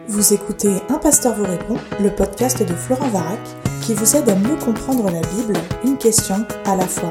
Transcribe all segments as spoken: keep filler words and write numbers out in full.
Vous écoutez Un pasteur vous répond, le podcast de Florent Varac, qui vous aide à mieux comprendre la Bible, une question à la fois.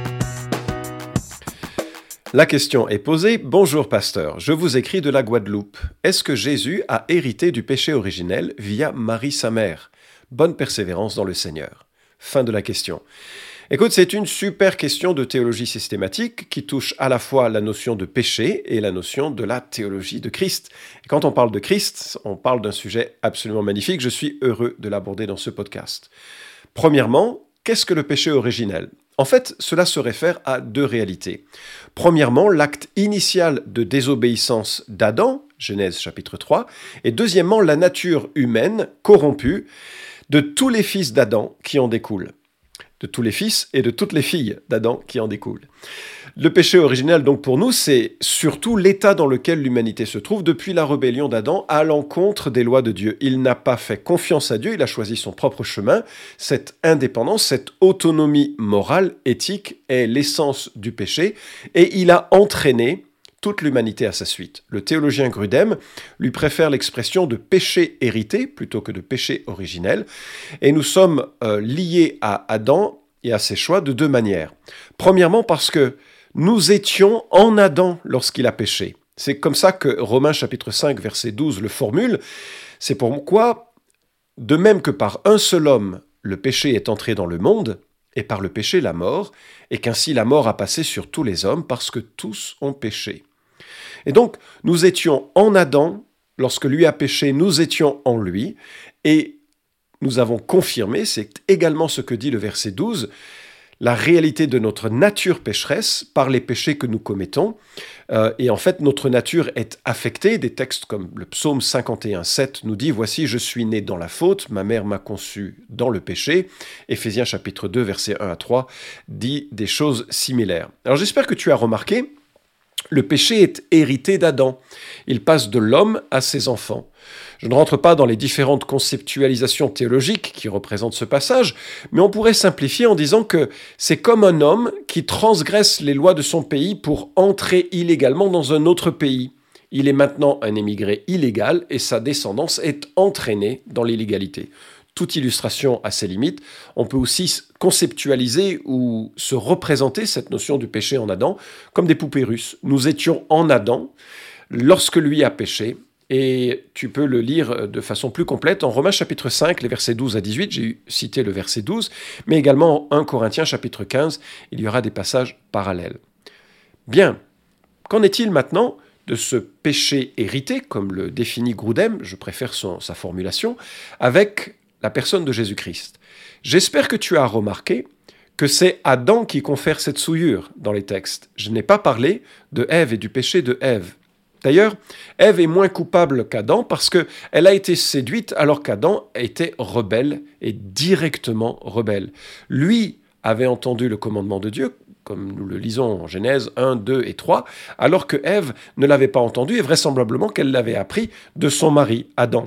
La question est posée. Bonjour pasteur, je vous écris de la Guadeloupe. Est-ce que Jésus a hérité du péché originel via Marie sa mère? Bonne persévérance dans le Seigneur. Fin de la question. Écoute, c'est une super question de théologie systématique qui touche à la fois la notion de péché et la notion de la théologie de Christ. Et quand on parle de Christ, on parle d'un sujet absolument magnifique. Je suis heureux de l'aborder dans ce podcast. Premièrement, qu'est-ce que le péché originel? En fait, cela se réfère à deux réalités. Premièrement, l'acte initial de désobéissance d'Adam, Genèse chapitre trois, et deuxièmement, la nature humaine corrompue de tous les fils d'Adam qui en découlent. De tous les fils et de toutes les filles d'Adam qui en découlent. Le péché originel, donc pour nous, c'est surtout l'état dans lequel l'humanité se trouve depuis la rébellion d'Adam à l'encontre des lois de Dieu. Il n'a pas fait confiance à Dieu, il a choisi son propre chemin. Cette indépendance, cette autonomie morale, éthique est l'essence du péché et il a entraîné toute l'humanité à sa suite. Le théologien Grudem lui préfère l'expression de péché hérité plutôt que de péché originel. Et nous sommes euh, liés à Adam et à ses choix de deux manières. Premièrement parce que nous étions en Adam lorsqu'il a péché. C'est comme ça que Romains chapitre cinq verset douze le formule. C'est pourquoi, de même que par un seul homme, le péché est entré dans le monde, et par le péché la mort, et qu'ainsi la mort a passé sur tous les hommes parce que tous ont péché. Et donc, nous étions en Adam, lorsque lui a péché, nous étions en lui, et nous avons confirmé, c'est également ce que dit le verset douze, la réalité de notre nature pécheresse par les péchés que nous commettons. Euh, et en fait, notre nature est affectée. Des textes comme le psaume cinquante et un, sept nous dit « Voici, je suis né dans la faute, ma mère m'a conçu dans le péché ». Éphésiens chapitre deux, versets un à trois dit des choses similaires. Alors j'espère que tu as remarqué, le péché est hérité d'Adam. Il passe de l'homme à ses enfants. Je ne rentre pas dans les différentes conceptualisations théologiques qui représentent ce passage, mais on pourrait simplifier en disant que c'est comme un homme qui transgresse les lois de son pays pour entrer illégalement dans un autre pays. Il est maintenant un émigré illégal et sa descendance est entraînée dans l'illégalité. Toute illustration a ses limites. On peut aussi conceptualiser ou se représenter cette notion du péché en Adam comme des poupées russes. Nous étions en Adam lorsque lui a péché, et tu peux le lire de façon plus complète en Romains chapitre cinq, les versets douze à dix-huit, j'ai cité le verset douze, mais également en un Corinthiens chapitre quinze, il y aura des passages parallèles. Bien, qu'en est-il maintenant de ce péché hérité, comme le définit Grudem, je préfère son, sa formulation, avec la personne de Jésus-Christ? J'espère que tu as remarqué que c'est Adam qui confère cette souillure dans les textes. Je n'ai pas parlé de Ève et du péché de Ève. D'ailleurs, Ève est moins coupable qu'Adam parce qu'elle a été séduite alors qu'Adam était rebelle et directement rebelle. Lui avait entendu le commandement de Dieu, comme nous le lisons en Genèse un, deux et trois, alors que Ève ne l'avait pas entendu et vraisemblablement qu'elle l'avait appris de son mari, Adam.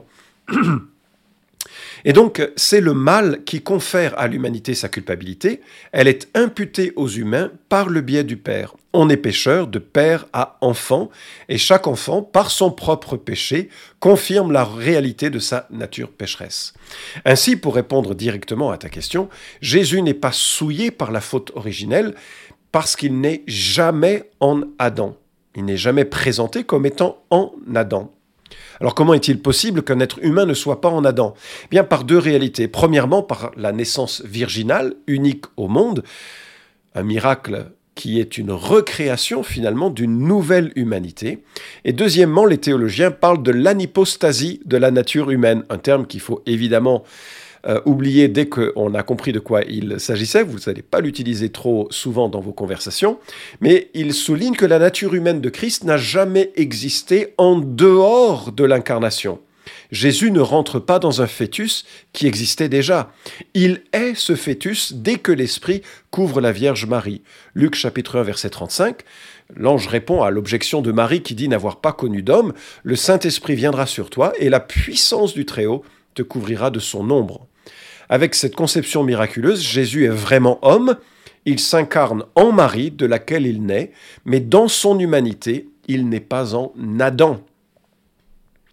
Et donc, c'est le mal qui confère à l'humanité sa culpabilité. Elle est imputée aux humains par le biais du Père. On est pécheur de père à enfant, et chaque enfant, par son propre péché, confirme la réalité de sa nature pécheresse. Ainsi, pour répondre directement à ta question, Jésus n'est pas souillé par la faute originelle parce qu'il n'est jamais en Adam. Il n'est jamais présenté comme étant en Adam. Alors comment est-il possible qu'un être humain ne soit pas en Adam? Eh bien, par deux réalités. Premièrement, par la naissance virginale, unique au monde, un miracle qui est une recréation finalement d'une nouvelle humanité. Et deuxièmement, les théologiens parlent de l'anipostasie de la nature humaine, un terme qu'il faut évidemment euh, oublier dès qu'on a compris de quoi il s'agissait. Vous n'allez pas l'utiliser trop souvent dans vos conversations, mais il souligne que la nature humaine de Christ n'a jamais existé en dehors de l'incarnation. Jésus ne rentre pas dans un fœtus qui existait déjà. Il est ce fœtus dès que l'Esprit couvre la Vierge Marie. Luc chapitre un, verset trente-cinq, l'ange répond à l'objection de Marie qui dit n'avoir pas connu d'homme, « Le Saint-Esprit viendra sur toi et la puissance du Très-Haut te couvrira de son ombre. » Avec cette conception miraculeuse, Jésus est vraiment homme, il s'incarne en Marie, de laquelle il naît, mais dans son humanité, il n'est pas en Adam.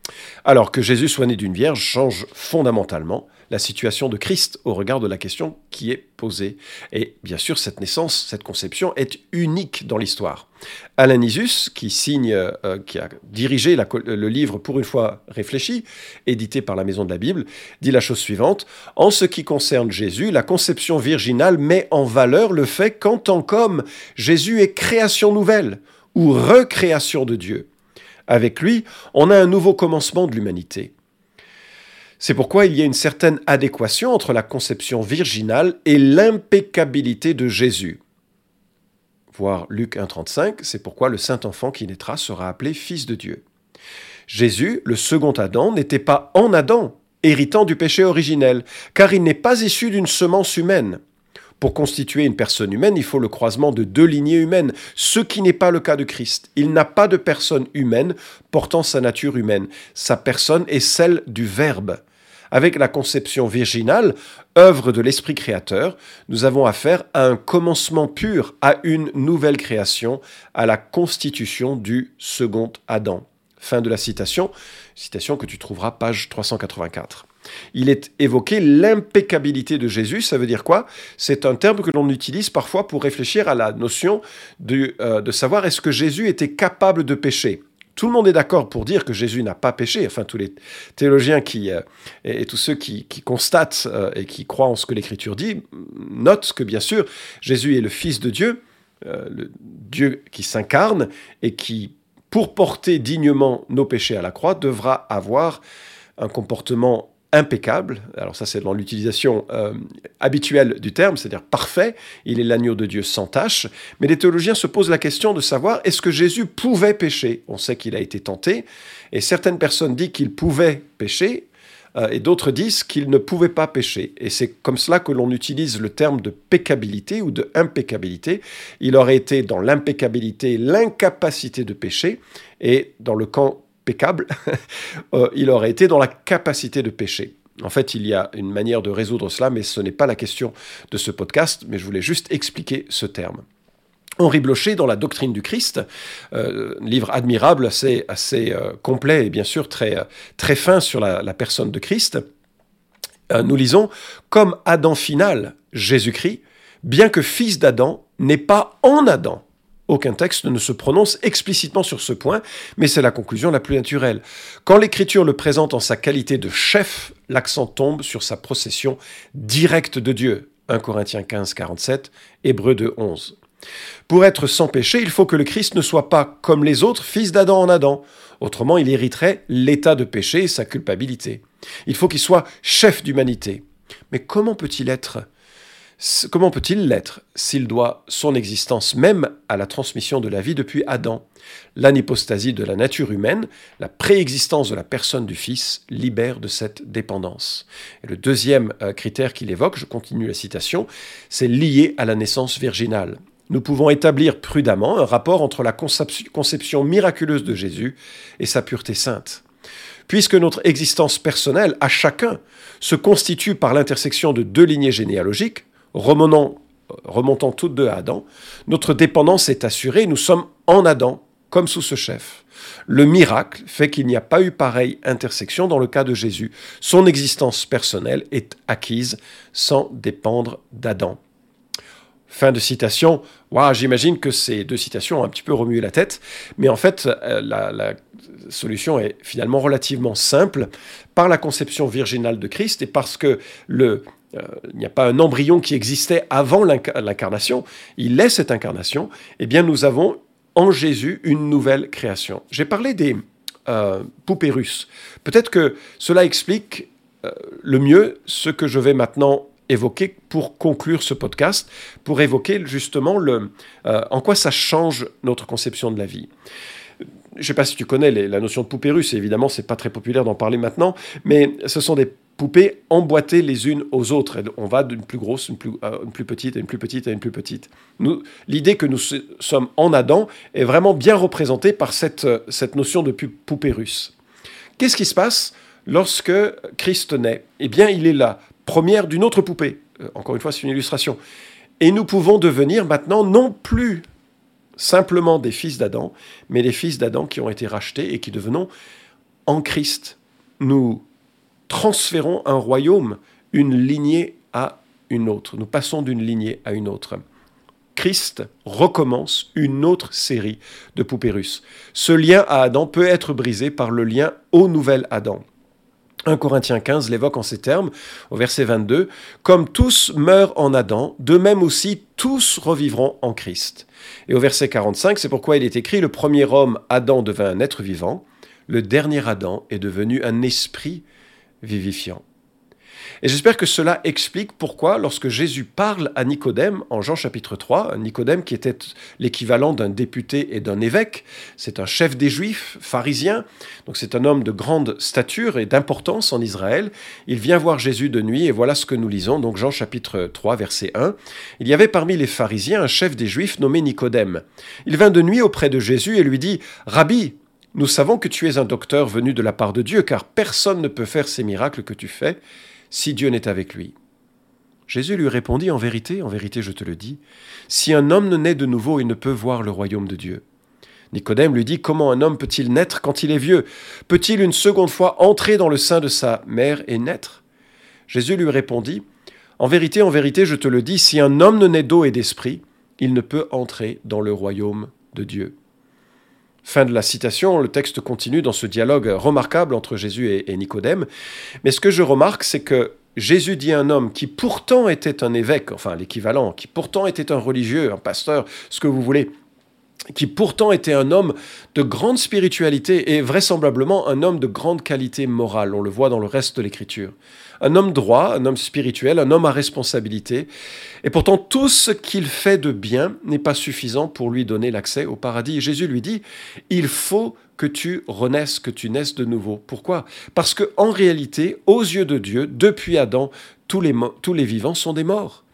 Alors que Jésus soit né d'une vierge change fondamentalement la situation de Christ au regard de la question qui est posée. Et bien sûr, cette naissance, cette conception est unique dans l'histoire. Alain Nisus, qui signe, euh, qui a dirigé la, le livre Pour une fois réfléchi, édité par la Maison de la Bible, dit la chose suivante: « En ce qui concerne Jésus, la conception virginale met en valeur le fait qu'en tant qu'homme, Jésus est création nouvelle ou recréation de Dieu. Avec lui, on a un nouveau commencement de l'humanité. C'est pourquoi il y a une certaine adéquation entre la conception virginale et l'impeccabilité de Jésus. » Voir Luc un trente-cinq, c'est pourquoi le saint enfant qui naîtra sera appelé Fils de Dieu. Jésus, le second Adam, n'était pas en Adam, héritant du péché originel, car il n'est pas issu d'une semence humaine. Pour constituer une personne humaine, il faut le croisement de deux lignées humaines, ce qui n'est pas le cas de Christ. Il n'a pas de personne humaine portant sa nature humaine. Sa personne est celle du Verbe. Avec la conception virginale, œuvre de l'Esprit créateur, nous avons affaire à un commencement pur, à une nouvelle création, à la constitution du second Adam. Fin de la citation, citation que tu trouveras page trois cent quatre-vingt-quatre. Il est évoqué l'impeccabilité de Jésus, ça veut dire quoi? C'est un terme que l'on utilise parfois pour réfléchir à la notion de, euh, de savoir est-ce que Jésus était capable de pécher. Tout le monde est d'accord pour dire que Jésus n'a pas péché, enfin tous les théologiens qui, euh, et, et tous ceux qui, qui constatent euh, et qui croient en ce que l'Écriture dit, notent que bien sûr Jésus est le Fils de Dieu, euh, le Dieu qui s'incarne et qui, pour porter dignement nos péchés à la croix, devra avoir un comportement impeccable. Alors ça, c'est dans l'utilisation euh, habituelle du terme, c'est-à-dire parfait. Il est l'agneau de Dieu sans tache. Mais les théologiens se posent la question de savoir, est-ce que Jésus pouvait pécher? On sait qu'il a été tenté, et certaines personnes disent qu'il pouvait pécher, euh, et d'autres disent qu'il ne pouvait pas pécher. Et c'est comme cela que l'on utilise le terme de peccabilité ou de impeccabilité. Il aurait été dans l'impeccabilité, l'incapacité de pécher, et dans le camp pécable, euh, il aurait été dans la capacité de pécher. En fait, il y a une manière de résoudre cela, mais ce n'est pas la question de ce podcast, mais je voulais juste expliquer ce terme. Henri Blocher, dans la doctrine du Christ, euh, livre admirable, assez, assez euh, complet et bien sûr très, euh, très fin sur la, la personne de Christ, euh, nous lisons « Comme Adam final, Jésus-Christ, bien que fils d'Adam, n'est pas en Adam. » Aucun texte ne se prononce explicitement sur ce point, mais c'est la conclusion la plus naturelle. Quand l'Écriture le présente en sa qualité de chef, l'accent tombe sur sa procession directe de Dieu. un Corinthiens quinze, quarante-sept, Hébreux deux, onze. Pour être sans péché, il faut que le Christ ne soit pas, comme les autres, fils d'Adam en Adam. Autrement, il hériterait l'état de péché et sa culpabilité. Il faut qu'il soit chef d'humanité. Mais comment peut-il être Comment peut-il l'être s'il doit son existence même à la transmission de la vie depuis Adam? L'anipostasie de la nature humaine, la préexistence de la personne du Fils, libère de cette dépendance. Et le deuxième euh, critère qu'il évoque, je continue la citation, c'est lié à la naissance virginale. Nous pouvons établir prudemment un rapport entre la conception miraculeuse de Jésus et sa pureté sainte. Puisque notre existence personnelle, à chacun, se constitue par l'intersection de deux lignées généalogiques, Remontant, remontant toutes deux à Adam, notre dépendance est assurée, nous sommes en Adam, comme sous ce chef. Le miracle fait qu'il n'y a pas eu pareille intersection dans le cas de Jésus. Son existence personnelle est acquise sans dépendre d'Adam. Fin de citation. Wow, j'imagine que ces deux citations ont un petit peu remué la tête, mais en fait, la, la solution est finalement relativement simple. Par la conception virginale de Christ et parce que le Euh, il n'y a pas un embryon qui existait avant l'incarnation, il est cette incarnation, eh bien nous avons en Jésus une nouvelle création. J'ai parlé des euh, poupées russes. Peut-être que cela explique euh, le mieux ce que je vais maintenant évoquer pour conclure ce podcast, pour évoquer justement le, euh, en quoi ça change notre conception de la vie. Je ne sais pas si tu connais les, la notion de poupée russe, et évidemment, ce n'est pas très populaire d'en parler maintenant, mais ce sont des poupées emboîtées les unes aux autres. Et on va d'une plus grosse, une plus, euh, une plus petite, à une plus petite, à une plus petite. Nous, l'idée que nous sommes en Adam est vraiment bien représentée par cette, cette notion de poupée russe. Qu'est-ce qui se passe lorsque Christ naît? Eh bien, il est la première d'une autre poupée. Euh, encore une fois, c'est une illustration. Et nous pouvons devenir maintenant non plus simplement des fils d'Adam, mais les fils d'Adam qui ont été rachetés et qui devenons en Christ. nous transférons un royaume, une lignée à une autre. Nous passons d'une lignée à une autre. Christ recommence une autre série de poupées russes. Ce lien à Adam peut être brisé par le lien au nouvel Adam. un Corinthiens quinze l'évoque en ces termes, au verset vingt-deux, « Comme tous meurent en Adam, de même aussi tous revivront en Christ. » Et au verset quarante-cinq, c'est pourquoi il est écrit « Le premier homme, Adam, devint un être vivant, le dernier Adam est devenu un esprit vivifiant. » Et j'espère que cela explique pourquoi, lorsque Jésus parle à Nicodème, en Jean chapitre trois, Nicodème qui était l'équivalent d'un député et d'un évêque, c'est un chef des Juifs, pharisien, donc c'est un homme de grande stature et d'importance en Israël, il vient voir Jésus de nuit, et voilà ce que nous lisons, donc Jean chapitre trois, verset un. « Il y avait parmi les pharisiens un chef des Juifs nommé Nicodème. Il vint de nuit auprès de Jésus et lui dit « Rabbi, nous savons que tu es un docteur venu de la part de Dieu, car personne ne peut faire ces miracles que tu fais, si Dieu n'est avec lui. » Jésus lui répondit, « En vérité, en vérité, je te le dis, si un homme ne naît de nouveau, il ne peut voir le royaume de Dieu. » Nicodème lui dit, « Comment un homme peut-il naître quand il est vieux? Peut-il une seconde fois entrer dans le sein de sa mère et naître ?» Jésus lui répondit, « En vérité, en vérité, je te le dis, si un homme ne naît d'eau et d'esprit, il ne peut entrer dans le royaume de Dieu. » Fin de la citation, le texte continue dans ce dialogue remarquable entre Jésus et, et Nicodème. Mais ce que je remarque, c'est que Jésus dit à un homme qui pourtant était un évêque, enfin l'équivalent, qui pourtant était un religieux, un pasteur, ce que vous voulez, qui pourtant était un homme de grande spiritualité et vraisemblablement un homme de grande qualité morale. On le voit dans le reste de l'Écriture. Un homme droit, un homme spirituel, un homme à responsabilité. Et pourtant, tout ce qu'il fait de bien n'est pas suffisant pour lui donner l'accès au paradis. Et Jésus lui dit, « Il faut que tu renaisses, que tu naisses de nouveau. » Pourquoi ? Parce qu'en réalité, aux yeux de Dieu, depuis Adam, tous les, tous les vivants sont des morts.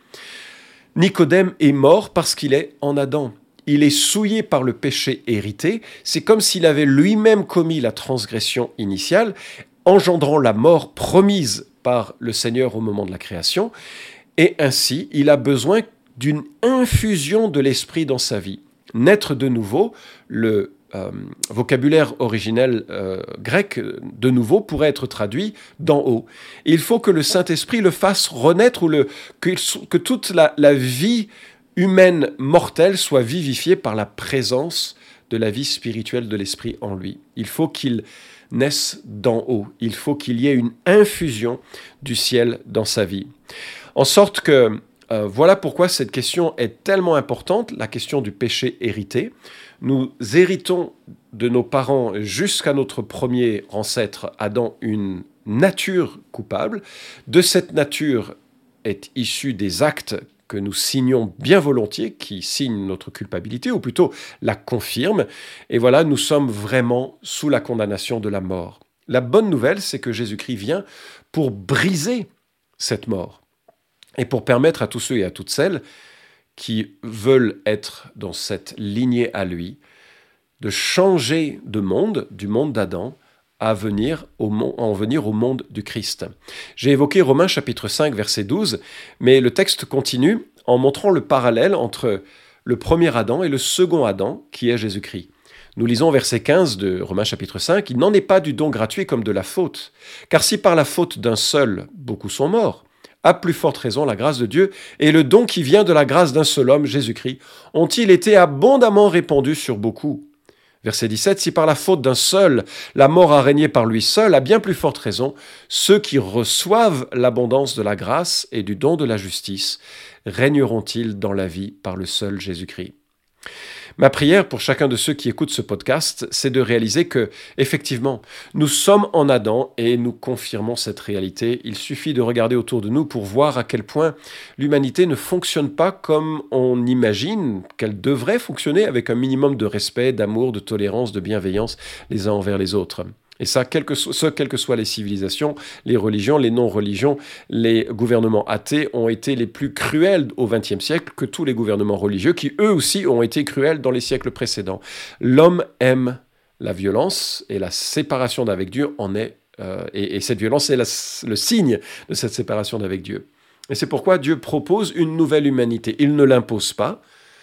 Nicodème est mort parce qu'il est en Adam. Il est souillé par le péché hérité. C'est comme s'il avait lui-même commis la transgression initiale, engendrant la mort promise par le Seigneur au moment de la création. Et ainsi, il a besoin d'une infusion de l'esprit dans sa vie. Naître de nouveau, le euh, vocabulaire originel euh, grec de nouveau pourrait être traduit d'en haut. Et il faut que le Saint-Esprit le fasse renaître, ou le, que, que toute la, la vie humaine mortelle soit vivifiée par la présence de la vie spirituelle de l'Esprit en lui. Il faut qu'il naisse d'en haut. Il faut qu'il y ait une infusion du ciel dans sa vie. En sorte que, euh, voilà pourquoi cette question est tellement importante, la question du péché hérité. Nous héritons de nos parents jusqu'à notre premier ancêtre Adam une nature coupable. De cette nature est issue des actes que nous signons bien volontiers, qui signent notre culpabilité, ou plutôt la confirment. Et voilà, nous sommes vraiment sous la condamnation de la mort. La bonne nouvelle, c'est que Jésus-Christ vient pour briser cette mort et pour permettre à tous ceux et à toutes celles qui veulent être dans cette lignée à lui, de changer de monde, du monde d'Adam, à venir au monde, en venir au monde du Christ. J'ai évoqué Romains chapitre cinq, verset douze, mais le texte continue en montrant le parallèle entre le premier Adam et le second Adam, qui est Jésus-Christ. Nous lisons verset quinze de Romains chapitre cinq, « Il n'en est pas du don gratuit comme de la faute, car si par la faute d'un seul, beaucoup sont morts, à plus forte raison la grâce de Dieu et le don qui vient de la grâce d'un seul homme, Jésus-Christ, ont-ils été abondamment répandus sur beaucoup. » Verset dix-sept, « Si par la faute d'un seul, la mort a régné par lui seul, à bien plus forte raison, ceux qui reçoivent l'abondance de la grâce et du don de la justice, régneront-ils dans la vie par le seul Jésus-Christ. » Ma prière pour chacun de ceux qui écoutent ce podcast, c'est de réaliser que, effectivement, nous sommes en Adam et nous confirmons cette réalité. Il suffit de regarder autour de nous pour voir à quel point l'humanité ne fonctionne pas comme on imagine qu'elle devrait fonctionner, avec un minimum de respect, d'amour, de tolérance, de bienveillance les uns envers les autres. Et ça, quelles que, so- ce, quelles que soient les civilisations, les religions, les non-religions, les gouvernements athées ont été les plus cruels au vingtième siècle que tous les gouvernements religieux, qui eux aussi ont été cruels dans les siècles précédents. L'homme aime la violence et la séparation d'avec Dieu en est, euh, et, et cette violence est la, le signe de cette séparation d'avec Dieu. Et c'est pourquoi Dieu propose une nouvelle humanité. Il ne l'impose pas.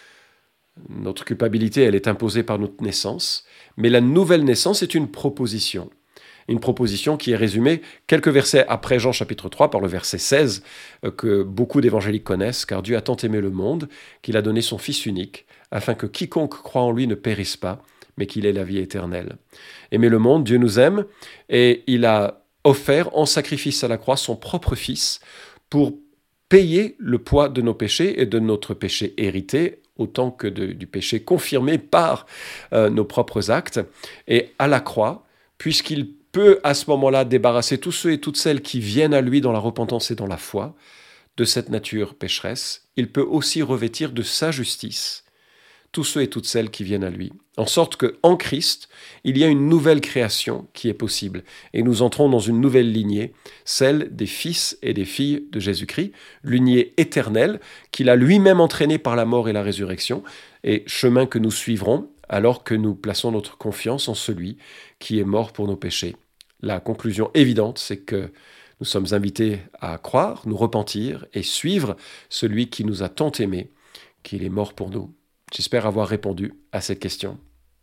Notre culpabilité, elle est imposée par notre naissance. Mais la nouvelle naissance est une proposition. Une proposition qui est résumée quelques versets après Jean chapitre trois par le verset seize euh, que beaucoup d'évangéliques connaissent, car Dieu a tant aimé le monde qu'il a donné son Fils unique, afin que quiconque croit en lui ne périsse pas, mais qu'il ait la vie éternelle. Aimer le monde, Dieu nous aime, et il a offert en sacrifice à la croix son propre Fils pour payer le poids de nos péchés et de notre péché hérité, autant que de, du péché confirmé par euh, nos propres actes. Et à la croix, puisqu'il peut à ce moment-là débarrasser tous ceux et toutes celles qui viennent à lui dans la repentance et dans la foi de cette nature pécheresse, il peut aussi revêtir de sa justice tous ceux et toutes celles qui viennent à lui. En sorte qu'en Christ, il y a une nouvelle création qui est possible. Et nous entrons dans une nouvelle lignée, celle des fils et des filles de Jésus-Christ, lignée éternelle qu'il a lui-même entraînée par la mort et la résurrection, et chemin que nous suivrons alors que nous plaçons notre confiance en celui qui est mort pour nos péchés. La conclusion évidente, c'est que nous sommes invités à croire, nous repentir et suivre celui qui nous a tant aimés, qu'il est mort pour nous. J'espère avoir répondu à cette question.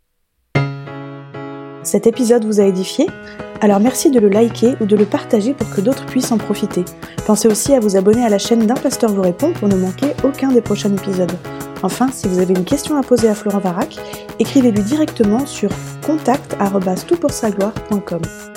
Cet épisode vous a édifié ? Alors merci de le liker ou de le partager pour que d'autres puissent en profiter. Pensez aussi à vous abonner à la chaîne d'Un Pasteur vous répond pour ne manquer aucun des prochains épisodes. Enfin, si vous avez une question à poser à Florent Varac, écrivez-lui directement sur contact arobase tout pour sa gloire point com.